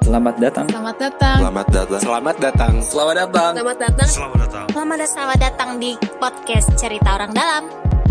Selamat datang. Selamat datang. Selamat datang. Selamat datang. Selamat datang. Selamat datang. Selamat datang. Selamat datang di podcast Cerita Orang Dalam.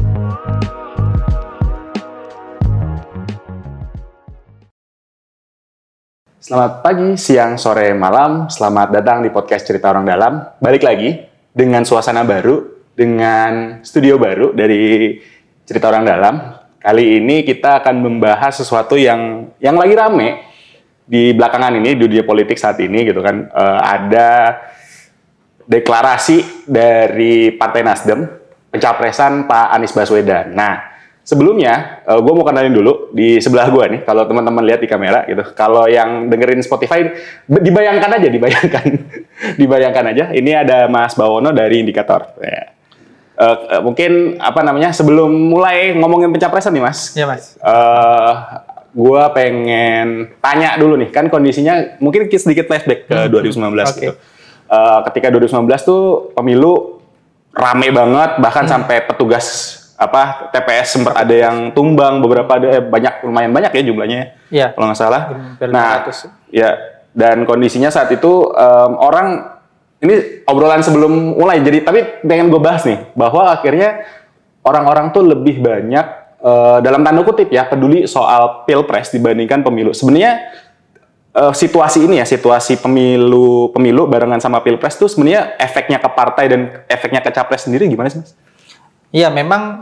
Selamat pagi, siang, sore, malam. Selamat datang di podcast Cerita Orang Dalam. Balik lagi dengan suasana baru, dengan studio baru dari Cerita Orang Dalam. Kali ini kita akan membahas sesuatu yang lagi rame di belakangan ini, di dunia politik saat ini gitu kan. Ada deklarasi dari Partai Nasdem, pencapresan Pak Anies Baswedan. Nah, sebelumnya, gue mau kenalin dulu di sebelah gue nih, kalau teman-teman lihat di kamera gitu. Kalau yang dengerin Spotify, dibayangkan aja, dibayangkan aja. Ini ada Mas Bawono dari Indikator. Ya. Mungkin sebelum mulai ngomongin pencapresan nih Mas. Iya Mas. Gue pengen tanya dulu nih, kan kondisinya mungkin sedikit flashback ke 2019 gitu. Ketika 2019 tuh pemilu rame banget, bahkan sampai petugas TPS sempat ada yang tumbang, beberapa ada lumayan banyak ya jumlahnya. Iya. Kalau nggak salah. Nah, ya, dan kondisinya saat itu orang ini obrolan sebelum mulai, jadi tapi pengen gue bahas nih bahwa akhirnya orang-orang tuh lebih banyak dalam tanda kutip ya peduli soal pilpres dibandingkan pemilu. Sebenarnya situasi ini ya, situasi pemilu barengan sama pilpres tuh sebenarnya efeknya ke partai dan efeknya ke capres sendiri gimana sih Mas? Iya, memang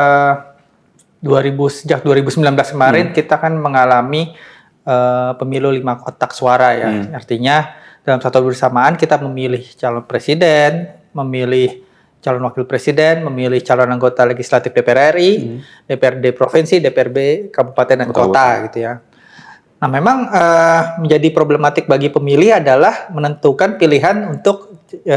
sejak 2019 kemarin kita kan mengalami pemilu 5 kotak suara ya. Artinya dalam satu bersamaan kita memilih calon presiden, memilih calon wakil presiden, memilih calon anggota legislatif DPR RI, DPRD provinsi, DPRD kabupaten dan kota gitu ya. Nah, memang menjadi problematik bagi pemilih adalah menentukan pilihan untuk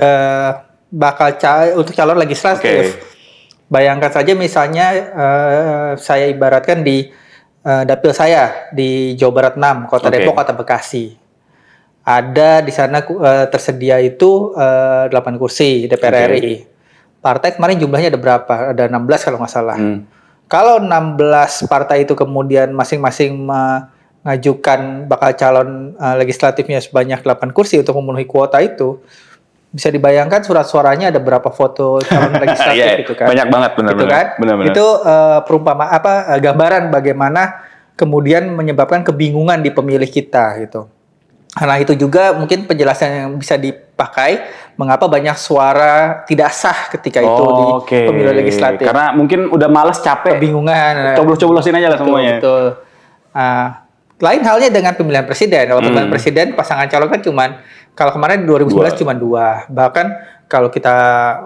untuk calon legislatif. Bayangkan saja misalnya saya ibaratkan di dapil saya di Jawa Barat 6, Kota Depok, Kota Bekasi. Ada di sana tersedia itu 8 kursi DPR RI. Partai kemarin jumlahnya ada berapa? Ada 16 kalau nggak salah. Kalau 16 partai itu kemudian masing-masing mengajukan bakal calon legislatifnya sebanyak 8 kursi untuk memenuhi kuota itu, bisa dibayangkan surat suaranya ada berapa foto calon legislatif gitu kan. Banyak banget benar-benar. Gitu kan? Benar-benar. Itu gambaran bagaimana kemudian menyebabkan kebingungan di pemilih kita gitu. Karena itu juga mungkin penjelasan yang bisa dipakai mengapa banyak suara tidak sah ketika itu di pemilu legislatif. Karena mungkin udah malas, capek, kebingungan. Coblos-coblosin aja lah semuanya. Betul. Lain halnya dengan pemilihan presiden. Kalau pemilihan presiden pasangan calon kan kalau kemarin 2019 cuma 2. Bahkan kalau kita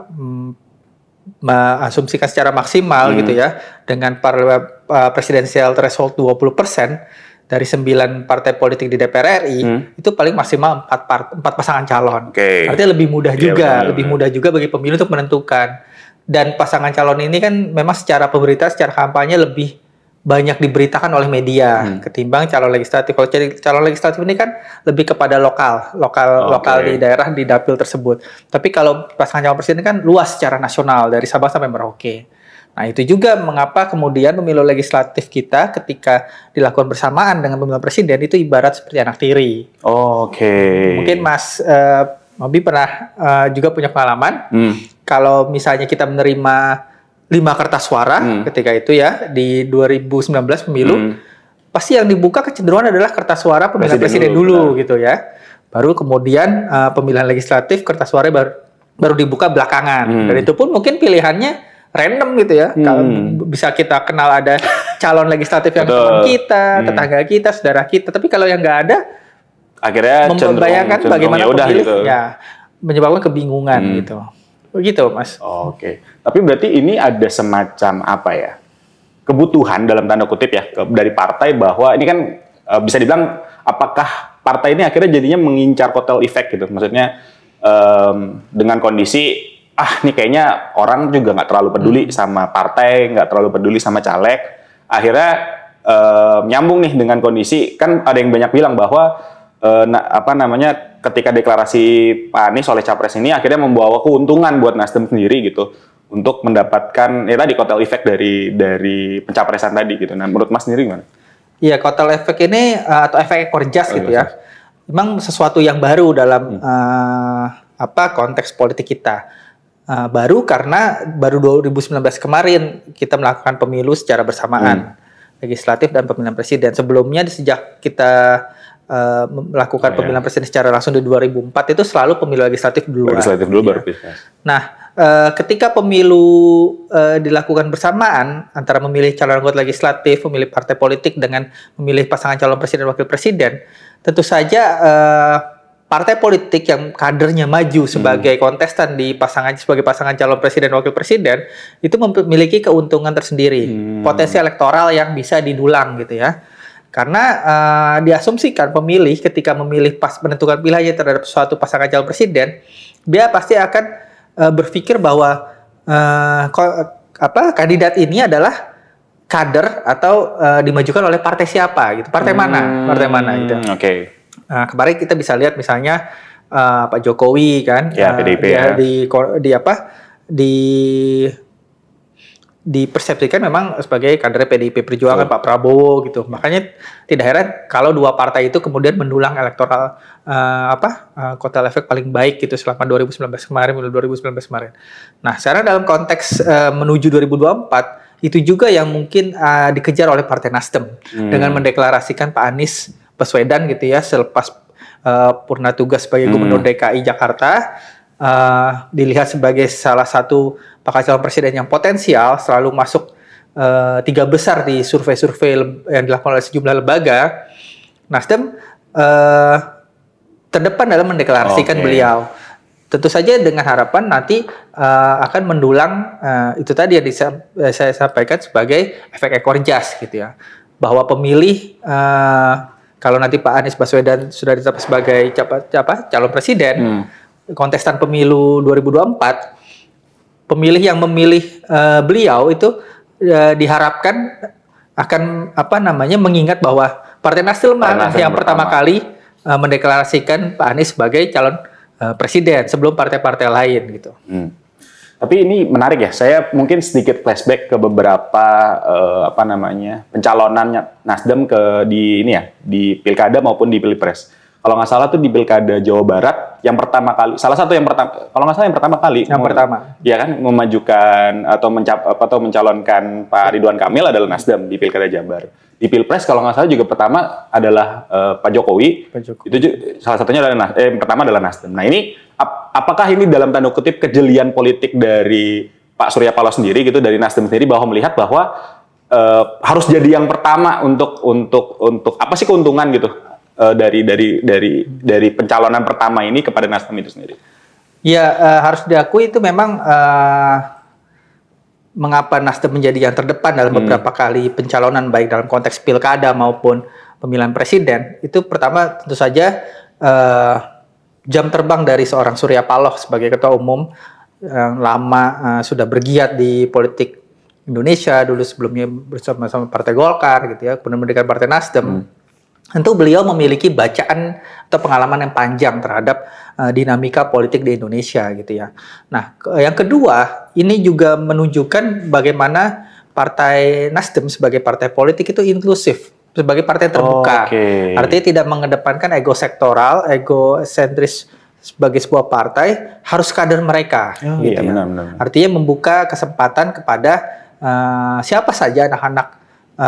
mengasumsikan secara maksimal gitu ya, dengan presidensial threshold 20%, dari 9 partai politik di DPR RI, itu paling maksimal 4 pasangan calon. Artinya lebih mudah juga, lebih mudah juga bagi pemilih untuk menentukan. Dan pasangan calon ini kan memang secara pemberitaan, secara kampanye lebih banyak diberitakan oleh media ketimbang calon legislatif. Kalau calon legislatif ini kan lebih kepada lokal di daerah, di dapil tersebut. Tapi kalau pasangan calon presiden kan luas secara nasional dari Sabang sampai Merauke. Nah, itu juga mengapa kemudian pemilu legislatif kita ketika dilakukan bersamaan dengan pemilu presiden itu ibarat seperti anak tiri. Mungkin Mas Mobi pernah juga punya pengalaman. Kalau misalnya kita menerima 5 kertas suara ketika itu ya di 2019 pemilu, pasti yang dibuka kecenderungan adalah kertas suara pemilihan presiden dulu gitu ya. Baru kemudian pemilihan legislatif kertas suara baru dibuka belakangan. Dan itu pun mungkin pilihannya random gitu ya. Kalau bisa kita kenal ada calon legislatif yang teman kita, tetangga kita, saudara kita. Tapi kalau yang nggak ada, akhirnya membayangkan bagaimana pemilih gitu. Ya menyebabkan kebingungan gitu. Begitu Mas. Tapi berarti ini ada semacam kebutuhan dalam tanda kutip ya dari partai bahwa ini kan bisa dibilang apakah partai ini akhirnya jadinya mengincar kotel efek gitu. Maksudnya dengan kondisi ini kayaknya orang juga nggak terlalu peduli sama partai, nggak terlalu peduli sama caleg. Akhirnya nyambung nih dengan kondisi, kan ada yang banyak bilang bahwa ketika deklarasi Pak Anies oleh Capres ini akhirnya membawa keuntungan buat Nasdem sendiri gitu untuk mendapatkan tadi kotel efek dari pencapresan tadi gitu. Nah, menurut Mas sendiri gimana? Iya, kotel efek ini atau efek ekor jas gitu ya. memang sesuatu yang baru dalam konteks politik kita. Baru karena baru 2019 kemarin kita melakukan pemilu secara bersamaan, legislatif dan pemilihan presiden. Sebelumnya sejak kita melakukan pemilihan presiden secara langsung di 2004 itu selalu pemilu legislatif dulu. Legislatif dulu baru pilpres. Nah, ketika pemilu dilakukan bersamaan antara memilih calon anggota legislatif, memilih partai politik dengan memilih pasangan calon presiden dan wakil presiden, tentu saja partai politik yang kadernya maju sebagai kontestan sebagai pasangan calon presiden dan wakil presiden itu memiliki keuntungan tersendiri, potensi elektoral yang bisa didulang gitu ya. Karena diasumsikan pemilih ketika menentukan pilihannya terhadap suatu pasangan calon presiden, dia pasti akan berpikir bahwa kandidat ini adalah kader atau dimajukan oleh partai siapa gitu, partai mana gitu. Oke. Nah, kemarin kita bisa lihat misalnya Pak Jokowi kan, PDIP dipersepsikan memang sebagai kader PDIP Perjuangan, Pak Prabowo gitu. Makanya tidak heran kalau dua partai itu kemudian mendulang elektoral kotel efek paling baik gitu selama 2019 kemarin. Nah, sekarang dalam konteks menuju 2024 itu juga yang mungkin dikejar oleh Partai Nasdem dengan mendeklarasikan Pak Anies Baswedan gitu ya selepas purna tugas sebagai Gubernur DKI Jakarta, dilihat sebagai salah satu bakal calon presiden yang potensial, selalu masuk 3 besar di survei-survei yang dilakukan oleh sejumlah lembaga. Nasdem terdepan dalam mendeklarasikan beliau. Tentu saja dengan harapan nanti akan mendulang itu tadi yang saya sampaikan sebagai efek ekor jas gitu ya, bahwa pemilih kalau nanti Pak Anies Baswedan sudah ditetapkan sebagai calon presiden, kontestan pemilu 2024, pemilih yang memilih beliau itu diharapkan akan mengingat bahwa Partai Nasdem yang pertama kali mendeklarasikan Pak Anies sebagai calon presiden sebelum partai-partai lain gitu. Tapi ini menarik ya. Saya mungkin sedikit flashback ke beberapa pencalonan Nasdem di Pilkada maupun di Pilpres. Kalau nggak salah tuh di Pilkada Jawa Barat yang pertama kali, ya kan, memajukan atau mencalonkan Pak Ridwan Kamil adalah Nasdem di Pilkada Jabar. Di Pilpres kalau nggak salah juga pertama adalah Pak Jokowi. Itu salah satunya pertama adalah Nasdem. Nah ini apakah ini dalam tanda kutip kejelian politik dari Pak Surya Paloh sendiri gitu, dari Nasdem sendiri, bahwa melihat bahwa harus jadi yang pertama untuk apa sih keuntungan gitu dari pencalonan pertama ini kepada Nasdem itu sendiri? Ya, harus diakui itu memang mengapa Nasdem menjadi yang terdepan dalam beberapa kali pencalonan baik dalam konteks pilkada maupun pemilihan presiden. Itu pertama tentu saja jam terbang dari seorang Surya Paloh sebagai ketua umum yang lama sudah bergiat di politik Indonesia, dulu sebelumnya bersama-sama Partai Golkar gitu ya, kemudian mendirikan Partai Nasdem. Tentu beliau memiliki bacaan atau pengalaman yang panjang terhadap dinamika politik di Indonesia gitu ya. Nah, yang kedua, ini juga menunjukkan bagaimana Partai Nasdem sebagai partai politik itu inklusif, sebagai partai terbuka. Artinya tidak mengedepankan ego sektoral, ego sentris sebagai sebuah partai, harus kader mereka. Gitu ya. Benar. Artinya membuka kesempatan kepada siapa saja anak-anak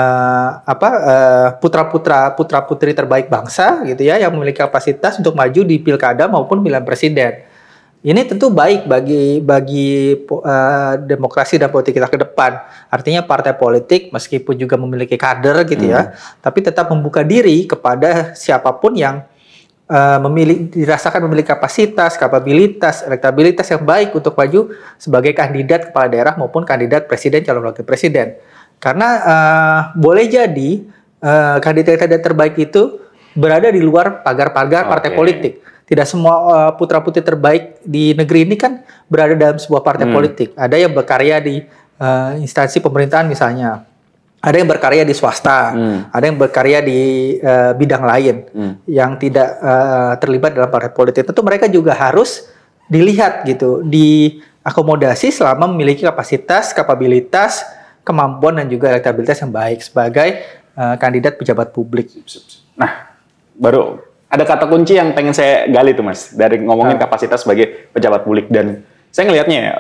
putra-putri terbaik bangsa gitu ya, yang memiliki kapasitas untuk maju di pilkada maupun pemilihan presiden. Ini tentu baik bagi demokrasi dan politik kita ke depan. Artinya partai politik meskipun juga memiliki kader gitu ya, tapi tetap membuka diri kepada siapapun yang dirasakan memiliki kapasitas, kapabilitas, elektabilitas yang baik untuk maju sebagai kandidat kepala daerah maupun kandidat presiden, calon wakil presiden. Karena boleh jadi kandidat terbaik itu berada di luar pagar-pagar partai politik. Tidak semua putra-putri terbaik di negeri ini kan berada dalam sebuah partai politik. Ada yang berkarya di instansi pemerintahan misalnya. Ada yang berkarya di swasta. Ada yang berkarya di bidang lain yang tidak terlibat dalam partai politik. Tentu mereka juga harus dilihat gitu, diakomodasi selama memiliki kapasitas, kapabilitas, kemampuan dan juga elektabilitas yang baik sebagai kandidat pejabat publik. Nah, baru ada kata kunci yang pengen saya gali tuh Mas dari ngomongin kapasitas sebagai pejabat publik, dan saya ngelihatnya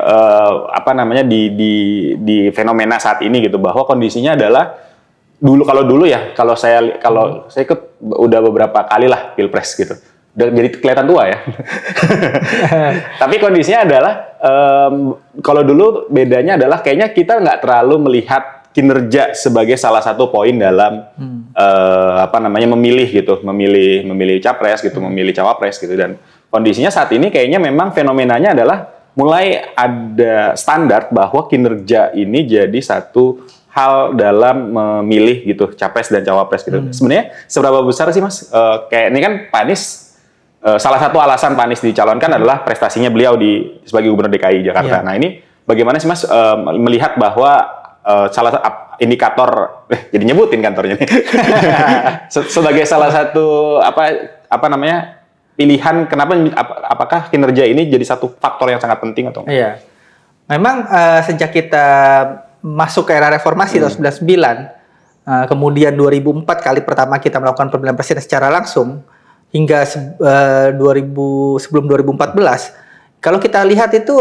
di fenomena saat ini gitu, bahwa kondisinya adalah dulu kalau saya ikut udah beberapa kali lah pilpres gitu, udah jadi kelihatan tua ya. Tapi kondisinya adalah kalau dulu bedanya adalah kayaknya kita nggak terlalu melihat kinerja sebagai salah satu poin dalam memilih capres gitu, memilih cawapres gitu, dan kondisinya saat ini kayaknya memang fenomenanya adalah mulai ada standar bahwa kinerja ini jadi satu hal dalam memilih gitu capres dan cawapres gitu. Sebenarnya seberapa besar sih Mas? Kayak ini kan Pak Anies, salah satu alasan Pak Anies dicalonkan adalah prestasinya beliau sebagai Gubernur DKI Jakarta. Nah ini bagaimana sih Mas melihat bahwa salah indikator jadi nyebutin kantornya nih sebagai salah satu pilihan kenapa apakah kinerja ini jadi satu faktor yang sangat penting atau enggak? Iya. Memang sejak kita masuk ke era reformasi tahun 1999, kemudian 2004 kali pertama kita melakukan pemilihan presiden secara langsung hingga sebelum 2014, kalau kita lihat itu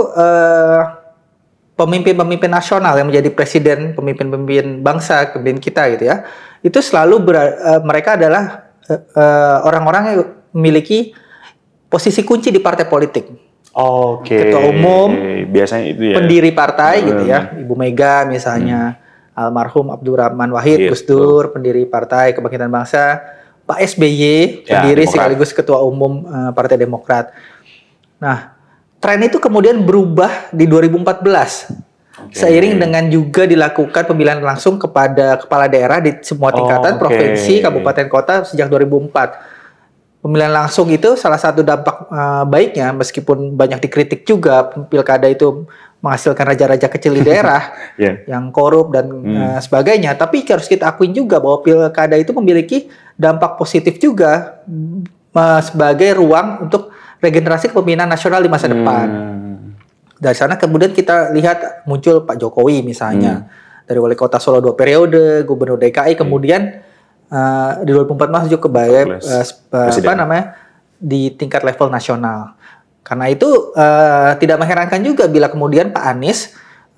pemimpin-pemimpin nasional yang menjadi presiden, pemimpin-pemimpin bangsa, pemimpin kita gitu ya, itu selalu mereka adalah orang-orang yang memiliki posisi kunci di partai politik. Ketua umum, biasanya itu ya. Pendiri partai gitu ya, Ibu Mega misalnya, almarhum Abdurrahman Wahid, Gus Dur, pendiri Partai Kebangkitan Bangsa, Pak SBY, pendiri sekaligus Ketua Umum Partai Demokrat. Nah, tren itu kemudian berubah di 2014. Seiring dengan juga dilakukan pemilihan langsung kepada kepala daerah di semua tingkatan, provinsi, kabupaten, kota sejak 2004. Pemilihan langsung itu salah satu dampak baiknya, meskipun banyak dikritik juga, pilkada itu menghasilkan raja-raja kecil di daerah yang korup dan sebagainya. Tapi harus kita akuin juga bahwa pilkada itu memiliki dampak positif juga sebagai ruang untuk regenerasi kepemimpinan nasional di masa depan. Dari sana kemudian kita lihat muncul Pak Jokowi misalnya, dari wali kota Solo 2 periode, gubernur DKI, kemudian di 2014 juga di tingkat level nasional. Karena itu tidak mengherankan juga bila kemudian Pak Anies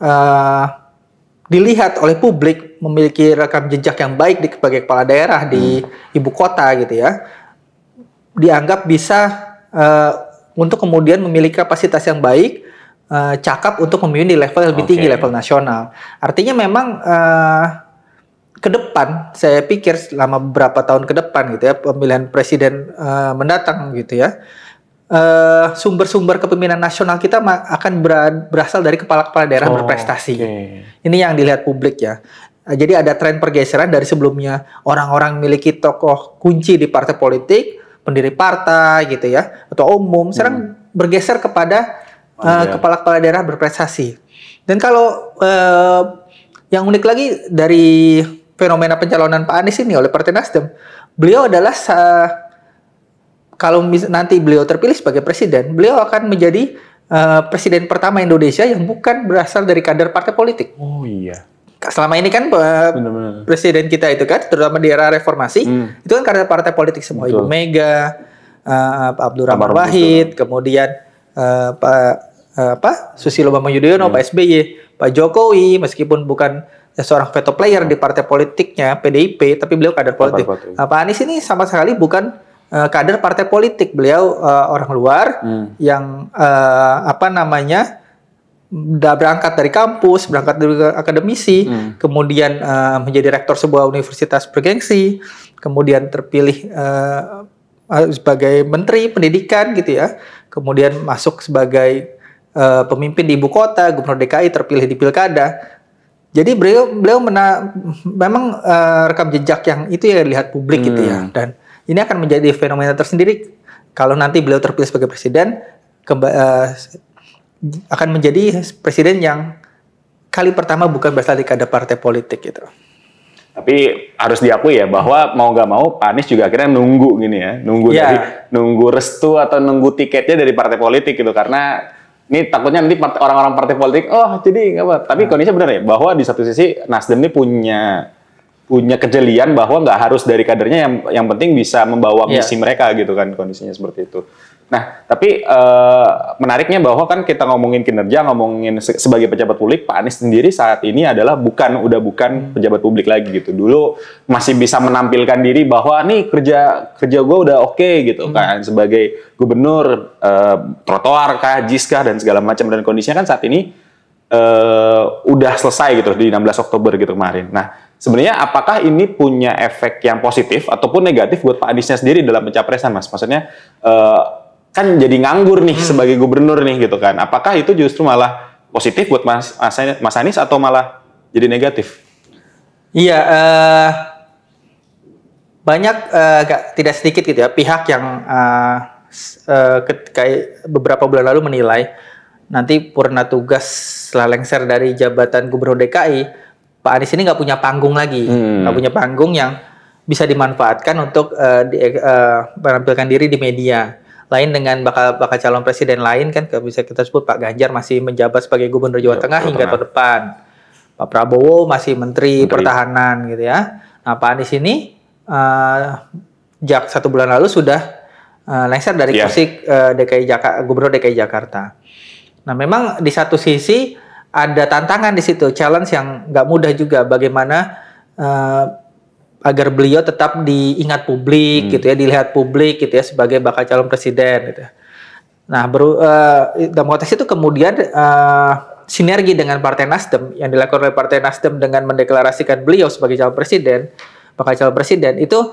dilihat oleh publik memiliki rekam jejak yang baik sebagai kepala daerah di ibu kota gitu ya, dianggap bisa untuk kemudian memiliki kapasitas yang baik, cakap untuk memimpin di level yang lebih tinggi, level nasional. Artinya memang ke depan, saya pikir selama beberapa tahun ke depan gitu ya, pemilihan presiden mendatang gitu ya, sumber-sumber kepemimpinan nasional kita akan berasal dari kepala-kepala daerah berprestasi. Ini yang dilihat publik ya. Jadi ada tren pergeseran dari sebelumnya orang-orang memiliki tokoh kunci di partai politik, pendiri partai gitu ya, atau umum, sekarang bergeser kepada kepala-kepala daerah berprestasi. Dan kalau yang unik lagi dari fenomena pencalonan Pak Anies ini oleh Partai Nasdem, beliau adalah kalau nanti beliau terpilih sebagai presiden, beliau akan menjadi presiden pertama Indonesia yang bukan berasal dari kader partai politik. Oh iya. Selama ini kan presiden kita itu kan, terutama di era reformasi, itu kan kader partai politik semua. Betul. Ibu Mega, Pak Abdurrahman Wahid, kemudian Susilo Bambang Yudhoyono, Pak SBY, Pak Jokowi, meskipun bukan seorang veto player di partai politiknya PDIP, tapi beliau kader politik. Pak Anies ini sama sekali bukan kader partai politik, beliau orang luar yang udah berangkat dari kampus, berangkat dari akademisi, kemudian menjadi rektor sebuah universitas bergengsi, kemudian terpilih sebagai menteri pendidikan gitu ya, kemudian masuk sebagai pemimpin di ibu kota, gubernur DKI, terpilih di pilkada. Jadi beliau memang rekam jejak yang itu ya dilihat publik gitu ya, dan ini akan menjadi fenomena tersendiri kalau nanti beliau terpilih sebagai presiden, akan menjadi presiden yang kali pertama bukan berasal dari kader partai politik gitu. Tapi harus diakui ya bahwa mau nggak mau Pak Anies juga akhirnya nunggu gini ya, nunggu restu atau nunggu tiketnya dari partai politik gitu, karena ini takutnya nanti orang-orang partai politik jadi nggak apa. Tapi kondisinya benar ya bahwa di satu sisi Nasdem ini punya punya kejelian bahwa nggak harus dari kadernya, yang penting bisa membawa misi mereka gitu kan, kondisinya seperti itu. Nah, tapi menariknya bahwa kan kita ngomongin kinerja, ngomongin sebagai pejabat publik, Pak Anies sendiri saat ini adalah udah bukan pejabat publik lagi gitu. Dulu masih bisa menampilkan diri bahwa nih kerja gue udah oke gitu kan, sebagai gubernur, trotoar kah, JIS kah, dan segala macam, dan kondisinya kan saat ini udah selesai gitu di 16 Oktober gitu kemarin. Nah, sebenarnya apakah ini punya efek yang positif ataupun negatif buat Pak Aniesnya sendiri dalam pencapresan, Mas? Maksudnya kan jadi nganggur nih sebagai gubernur nih gitu kan. Apakah itu justru malah positif buat Mas Anies atau malah jadi negatif? Iya, banyak tidak sedikit gitu ya pihak yang kayak beberapa bulan lalu menilai nanti purna tugas setelah lengser dari jabatan gubernur DKI, Pak Anies ini nggak punya panggung lagi, nggak punya panggung yang bisa dimanfaatkan untuk menampilkan diri di media. Lain dengan bakal calon presiden lain kan, bisa kita sebut Pak Ganjar masih menjabat sebagai gubernur Jawa Tengah hingga tahun depan. Pak Prabowo masih menteri pertahanan gitu ya. Nah, Pak Anies ini sejak 1 bulan lalu sudah lengser dari kursi gubernur DKI Jakarta. Nah, memang di satu sisi ada tantangan di situ, challenge yang nggak mudah juga, bagaimana agar beliau tetap diingat publik gitu ya, dilihat publik gitu ya sebagai bakal calon presiden gitu. Nah, dalam konteks itu kemudian sinergi dengan Partai Nasdem yang dilakukan oleh Partai Nasdem dengan mendeklarasikan beliau sebagai calon presiden, bakal calon presiden itu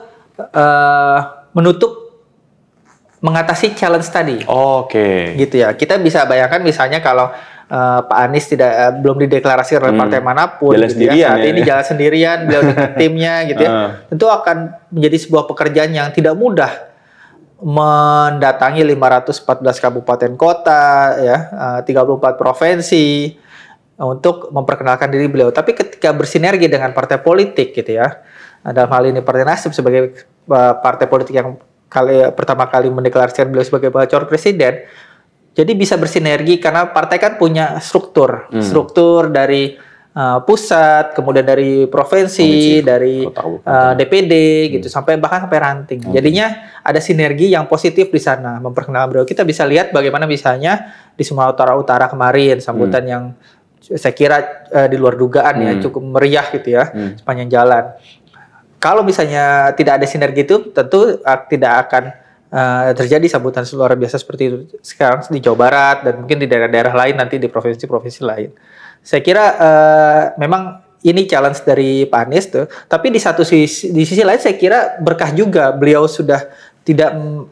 mengatasi challenge tadi. Oke. Gitu ya. Kita bisa bayangkan misalnya kalau Pak Anies belum dideklarasikan oleh partai manapun, jalan gitu ya. Saat ini jalan sendirian, beliau dengan timnya, gitu ya. Tentu akan menjadi sebuah pekerjaan yang tidak mudah, mendatangi 514 kabupaten kota, ya, 34 provinsi untuk memperkenalkan diri beliau. Tapi ketika bersinergi dengan partai politik, gitu ya, dalam hal ini Partai Nasdem sebagai partai politik yang pertama kali mendeklarasikan beliau sebagai bakal calon presiden. Jadi bisa bersinergi karena partai kan punya struktur dari pusat, kemudian dari provinsi, dari DPD gitu, bahkan sampai ranting. Jadinya ada sinergi yang positif di sana memperkenalkan beliau. Kita bisa lihat bagaimana misalnya di Sumatera Utara kemarin sambutan yang saya kira di luar dugaan ya, cukup meriah gitu ya sepanjang jalan. Kalau misalnya tidak ada sinergi itu tentu tidak akan terjadi sambutan luar biasa seperti itu sekarang di Jawa Barat dan mungkin di daerah-daerah lain nanti di provinsi-provinsi lain. Saya kira memang ini challenge dari Pak Anies tuh, tapi di sisi lain saya kira berkah juga, beliau sudah tidak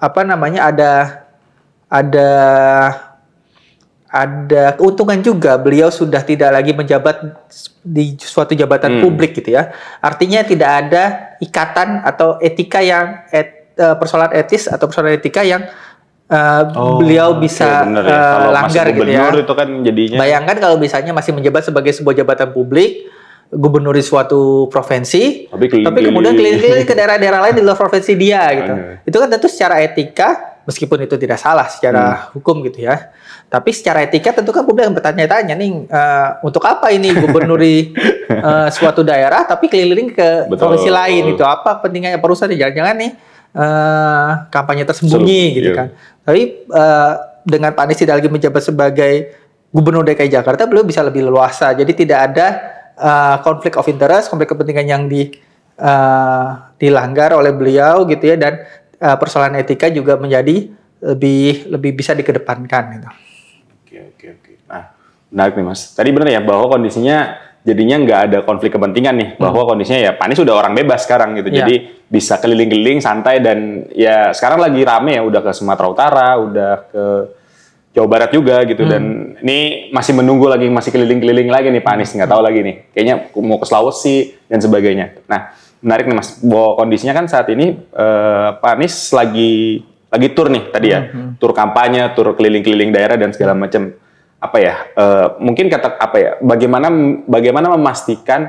ada keuntungan juga, beliau sudah tidak lagi menjabat di suatu jabatan publik gitu ya. Artinya tidak ada ikatan atau etika yang persoalan etis atau persoalan etika yang beliau bisa langgar gitu ya. Itu kan jadinya. Bayangkan kalau misalnya masih menjabat sebagai sebuah jabatan publik, gubernur di suatu provinsi, tapi kemudian keliling-keliling ke daerah-daerah lain di luar provinsi dia gitu. Itu kan tentu secara etika, meskipun itu tidak salah secara hukum gitu ya. Tapi secara etika tentu kan publik yang bertanya-tanya nih, untuk apa ini gubernur di suatu daerah tapi keliling ke provinsi lain, itu apa pentingnya perusahaan, jangan-jangan nih kampanye tersembunyi gitu kan. Tapi dengan Pak Anies tidak lagi menjabat sebagai gubernur DKI Jakarta, beliau bisa lebih leluasa. Jadi tidak ada konflik of interest, konflik kepentingan yang dilanggar oleh beliau gitu ya, dan persoalan etika juga menjadi lebih bisa dikedepankan gitu. Oke. Nah, menarik nih Mas. Tadi benar ya bahwa kondisinya jadinya nggak ada konflik kepentingan nih, bahwa kondisinya ya Pak Anies sudah orang bebas sekarang gitu. Jadi bisa keliling-keliling santai, dan ya sekarang lagi rame ya, udah ke Sumatera Utara, udah ke Jawa Barat juga gitu, dan ini masih menunggu lagi, masih keliling-keliling lagi nih Pak Anies, nggak tahu lagi nih, kayaknya mau ke Sulawesi dan sebagainya. Nah, menarik nih Mas, bahwa kondisinya kan saat ini Pak Anies lagi tur nih tadi ya, tur kampanye, tur keliling-keliling daerah dan segala macam. Apa ya? Mungkin bagaimana memastikan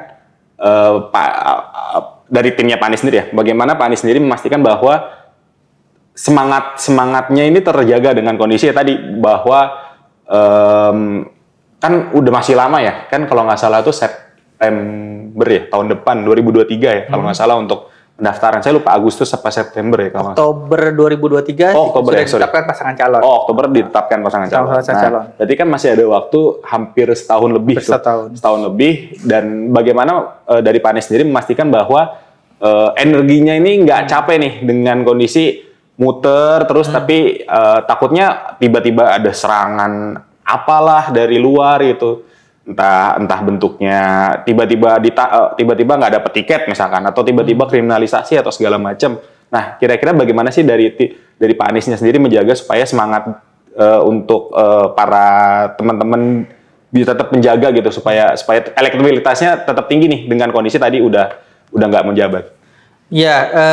dari timnya Pak Anies sendiri ya, bagaimana Pak Anies sendiri memastikan bahwa semangatnya ini terjaga dengan kondisi tadi, bahwa kan udah masih lama ya, kan kalau nggak salah tuh September September ya, tahun depan 2023 ya kalau nggak salah untuk pendaftaran. Saya lupa Agustus apa September ya kalau Oktober 2023 Oktober, sudah ditetapkan pasangan calon. Oktober ditetapkan pasangan calon. Calon. Berarti kan masih ada waktu hampir setahun lebih setahun lebih, dan bagaimana dari Pak Anies sendiri memastikan bahwa energinya ini nggak capek nih dengan kondisi muter terus tapi takutnya tiba-tiba ada serangan apalah dari luar itu. Entah bentuknya tiba-tiba nggak dapet tiket misalkan, atau tiba-tiba kriminalisasi atau segala macam. Nah, kira-kira bagaimana sih dari Pak Aniesnya sendiri menjaga supaya semangat untuk para teman-teman bisa tetap menjaga gitu supaya elektabilitasnya tetap tinggi nih dengan kondisi tadi udah nggak menjabat. Ya,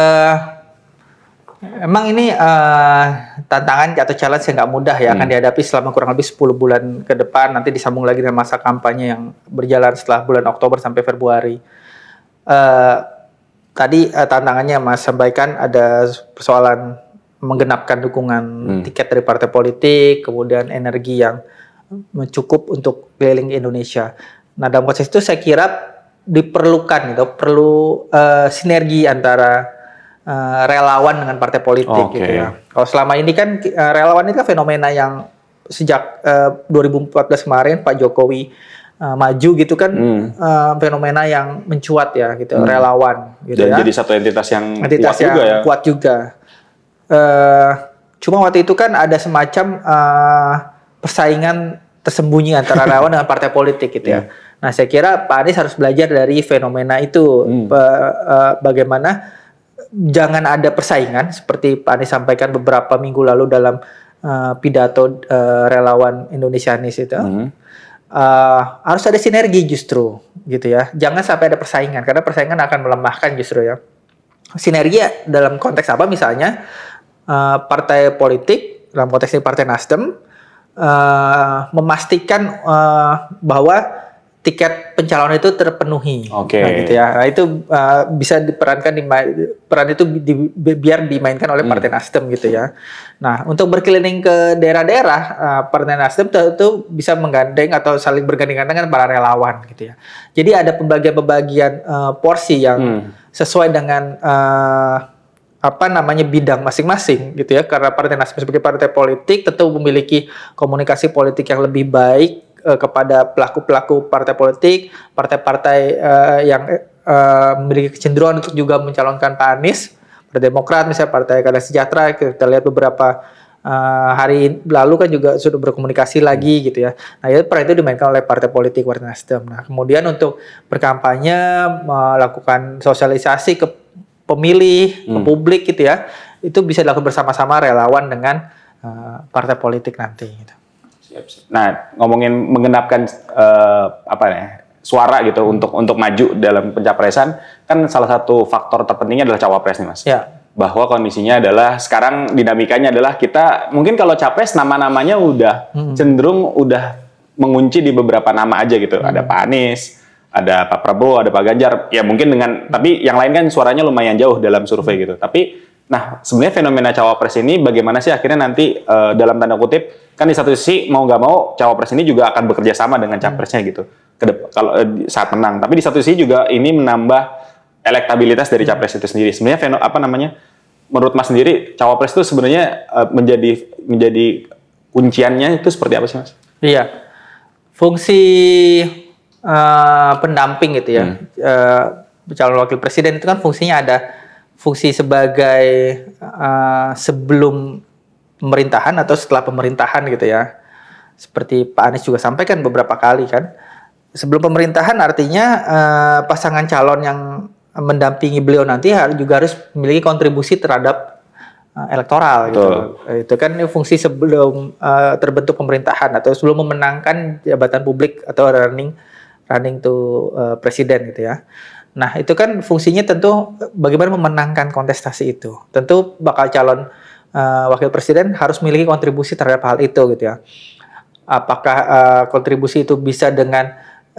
emang ini tantangan atau challenge yang nggak mudah ya, akan dihadapi selama kurang lebih 10 bulan ke depan, nanti disambung lagi dengan masa kampanye yang berjalan setelah bulan Oktober sampai Februari. Tadi tantangannya Mas sampaikan ada persoalan menggenapkan dukungan tiket dari partai politik, kemudian energi yang cukup untuk keliling Indonesia. Nah, dalam konteks itu saya kira diperlukan perlu sinergi antara relawan dengan partai politik gitu ya. Kalau selama ini kan relawan itu kan fenomena yang sejak 2014 kemarin Pak Jokowi maju gitu kan, fenomena yang mencuat ya gitu, relawan gitu. Dan jadi satu entitas yang kuat juga. Cuma waktu itu kan ada semacam persaingan tersembunyi antara relawan dengan partai politik gitu ya. Nah, saya kira Pak Anies harus belajar dari fenomena itu, bagaimana jangan ada persaingan seperti Pak Anies sampaikan beberapa minggu lalu dalam pidato relawan Indonesianis itu. Harus ada sinergi justru gitu ya. Jangan sampai ada persaingan, karena persaingan akan melemahkan justru ya. Sinergi dalam konteks apa? Misalnya partai politik, dalam konteks ini Partai Nasdem, memastikan bahwa tiket pencalonan itu terpenuhi, nah, gitu ya. Nah, itu bisa diperankan peran itu biar dimainkan oleh Partai Nasdem gitu ya. Nah, untuk berkeliling ke daerah-daerah, Partai Nasdem tentu bisa menggandeng atau saling bergandeng-gandeng dengan para relawan gitu ya. Jadi ada pembagian porsi yang sesuai dengan bidang masing-masing gitu ya. Karena Partai Nasdem sebagai partai politik tentu memiliki komunikasi politik yang lebih baik kepada pelaku-pelaku partai politik, partai-partai yang memiliki kecenderungan untuk juga mencalonkan Pak Anies, Partai Demokrat misalnya, Partai Keadilan Sejahtera, kita lihat beberapa hari lalu kan juga sudah berkomunikasi lagi gitu ya. Nah, peran itu dimainkan oleh partai politik Partai Nasdem. Nah, kemudian untuk berkampanye, melakukan sosialisasi ke pemilih, ke publik gitu ya, itu bisa dilakukan bersama-sama relawan dengan partai politik nanti gitu. Nah, ngomongin menggenapkan suara gitu untuk maju dalam pencapresan, kan salah satu faktor terpentingnya adalah cawapres nih Mas. Ya. Bahwa kondisinya adalah sekarang dinamikanya adalah kita mungkin kalau capres nama-namanya udah cenderung udah mengunci di beberapa nama aja gitu. Ada Pak Anies, ada Pak Prabowo, ada Pak Ganjar. Ya mungkin tapi yang lain kan suaranya lumayan jauh dalam survei gitu. Tapi sebenarnya fenomena cawapres ini bagaimana sih akhirnya nanti dalam tanda kutip, kan di satu sisi mau nggak mau cawapres ini juga akan bekerja sama dengan capresnya gitu kalau saat menang. Tapi di satu sisi juga ini menambah elektabilitas dari capres itu sendiri. Sebenarnya menurut Mas sendiri cawapres itu sebenarnya menjadi kunciannya itu seperti apa sih Mas? Iya, fungsi pendamping gitu ya, calon wakil presiden itu kan fungsinya ada fungsi sebagai sebelum pemerintahan atau setelah pemerintahan gitu ya. Seperti Pak Anies juga sampaikan beberapa kali kan. Sebelum pemerintahan artinya pasangan calon yang mendampingi beliau nanti juga harus memiliki kontribusi terhadap elektoral gitu. Itu kan fungsi sebelum terbentuk pemerintahan atau sebelum memenangkan jabatan publik atau running to presiden gitu ya. Nah, itu kan fungsinya tentu bagaimana memenangkan kontestasi itu. Tentu bakal calon wakil presiden harus memiliki kontribusi terhadap hal itu gitu ya. Apakah kontribusi itu bisa dengan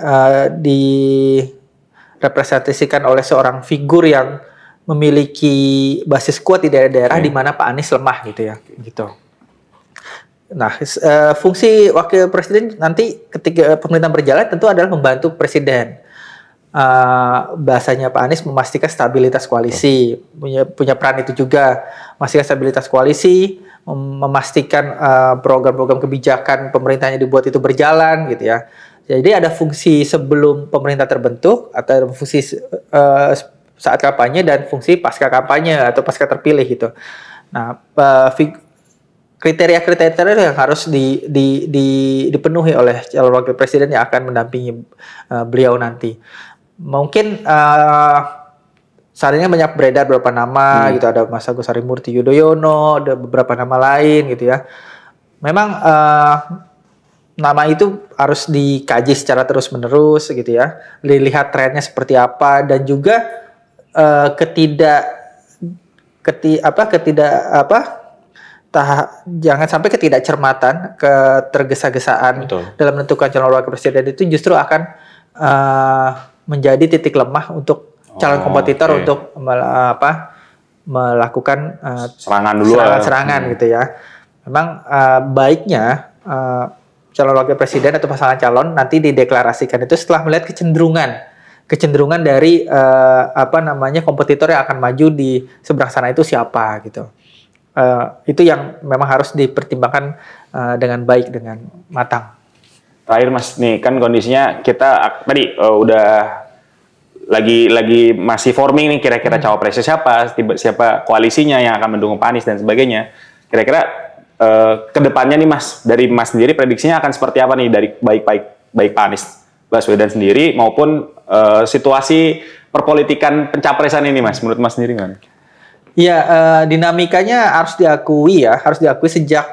direpresentasikan oleh seorang figur yang memiliki basis kuat di daerah-daerah di mana Pak Anies lemah gitu ya, gitu. Nah, fungsi wakil presiden nanti ketika pemerintahan berjalan tentu adalah membantu presiden. bahasanya Pak Anies memastikan stabilitas koalisi, punya peran itu juga, memastikan stabilitas koalisi, memastikan program-program kebijakan pemerintahnya dibuat itu berjalan gitu ya. Jadi ada fungsi sebelum pemerintah terbentuk, atau ada fungsi saat kampanye dan fungsi pasca kampanye atau pasca terpilih gitu. Nah, kriteria-kriteria yang harus dipenuhi oleh calon wakil presiden yang akan mendampingi beliau nanti. Mungkin saat ini banyak beredar beberapa nama gitu, ada Mas Agus Harimurti Yudhoyono, ada beberapa nama lain gitu ya. Memang nama itu harus dikaji secara terus-menerus gitu ya. Dilihat trennya seperti apa, dan juga jangan sampai ketidakcermatan, ketergesa-gesaan dalam menentukan calon wakil presiden itu justru akan menjadi titik lemah untuk calon kompetitor untuk melakukan serangan gitu ya. Memang baiknya calon wakil presiden atau pasangan calon nanti dideklarasikan itu setelah melihat kecenderungan dari kompetitor yang akan maju di seberang sana itu siapa gitu. Itu yang memang harus dipertimbangkan dengan baik, dengan matang. Terakhir Mas, nih kan kondisinya kita tadi udah lagi masih forming nih, kira-kira cawapresnya siapa koalisinya yang akan mendukung Pak Anies dan sebagainya. Kira-kira kedepannya nih Mas, dari Mas sendiri prediksinya akan seperti apa nih dari baik Pak Anies Baswedan sendiri maupun situasi perpolitikan pencapresan ini Mas, menurut Mas sendiri gimana? Ya, dinamikanya harus diakui sejak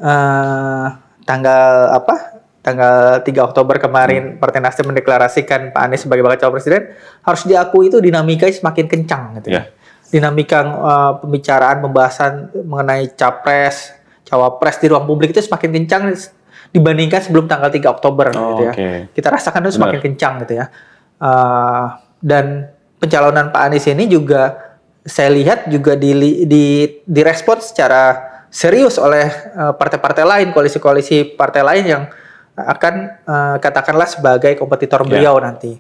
tanggal 3 Oktober kemarin Partai Nasdem mendeklarasikan Pak Anies sebagai bakal calon presiden, harus diakui itu dinamikanya semakin kencang gitu ya. Dinamika pembicaraan, pembahasan mengenai cawapres di ruang publik itu semakin kencang dibandingkan sebelum tanggal 3 Oktober gitu ya. Kita rasakan itu semakin kencang gitu ya. Dan pencalonan Pak Anies ini juga saya lihat juga direspon secara serius oleh partai-partai lain, koalisi-koalisi partai lain yang akan katakanlah sebagai kompetitor beliau nanti.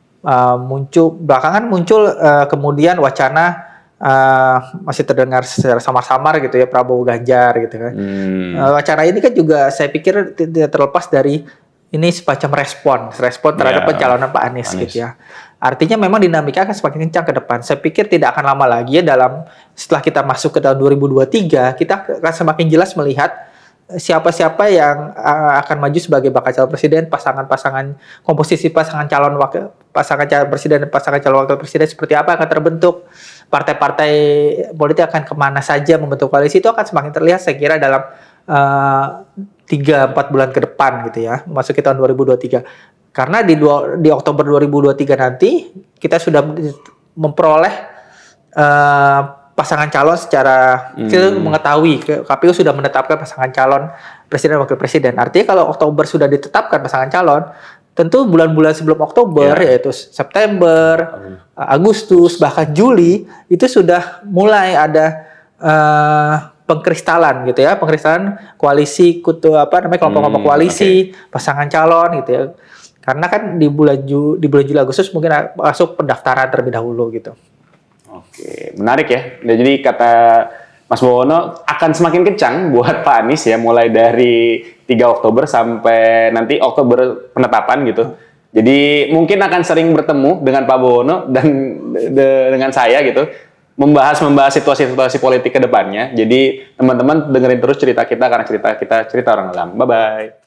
Belakangan muncul kemudian wacana masih terdengar secara samar-samar gitu ya, Prabowo Ganjar gitu kan. Wacana ini kan juga saya pikir tidak terlepas dari ini semacam respon terhadap pencalonan Pak Anies gitu ya. Artinya memang dinamika akan semakin kencang ke depan. Saya pikir tidak akan lama lagi ya, setelah kita masuk ke tahun 2023, kita akan semakin jelas melihat siapa-siapa yang akan maju sebagai bakal calon presiden, komposisi pasangan calon presiden dan pasangan calon wakil presiden seperti apa akan terbentuk, partai-partai politik akan kemana saja membentuk koalisi, itu akan semakin terlihat saya kira dalam 3-4 bulan ke depan gitu ya, masuk ke tahun 2023. Karena di Oktober 2023 nanti kita sudah memperoleh pasangan calon secara kita mengetahui KPU sudah menetapkan pasangan calon presiden dan wakil presiden. Artinya kalau Oktober sudah ditetapkan pasangan calon, tentu bulan-bulan sebelum Oktober yaitu September, Agustus, bahkan Juli itu sudah mulai ada pengkristalan gitu ya, pengkristalan koalisi kelompok-kelompok koalisi, pasangan calon gitu ya. Karena kan di bulan Juli Agustus mungkin masuk pendaftaran terlebih dahulu gitu. Oke, menarik ya. Jadi kata Mas Bowono akan semakin kencang buat Pak Anies ya, mulai dari 3 Oktober sampai nanti Oktober penetapan gitu. Jadi mungkin akan sering bertemu dengan Pak Bowono dan dengan saya gitu, membahas situasi politik ke depannya. Jadi teman-teman dengerin terus cerita kita, karena cerita orang dalam. Bye-bye.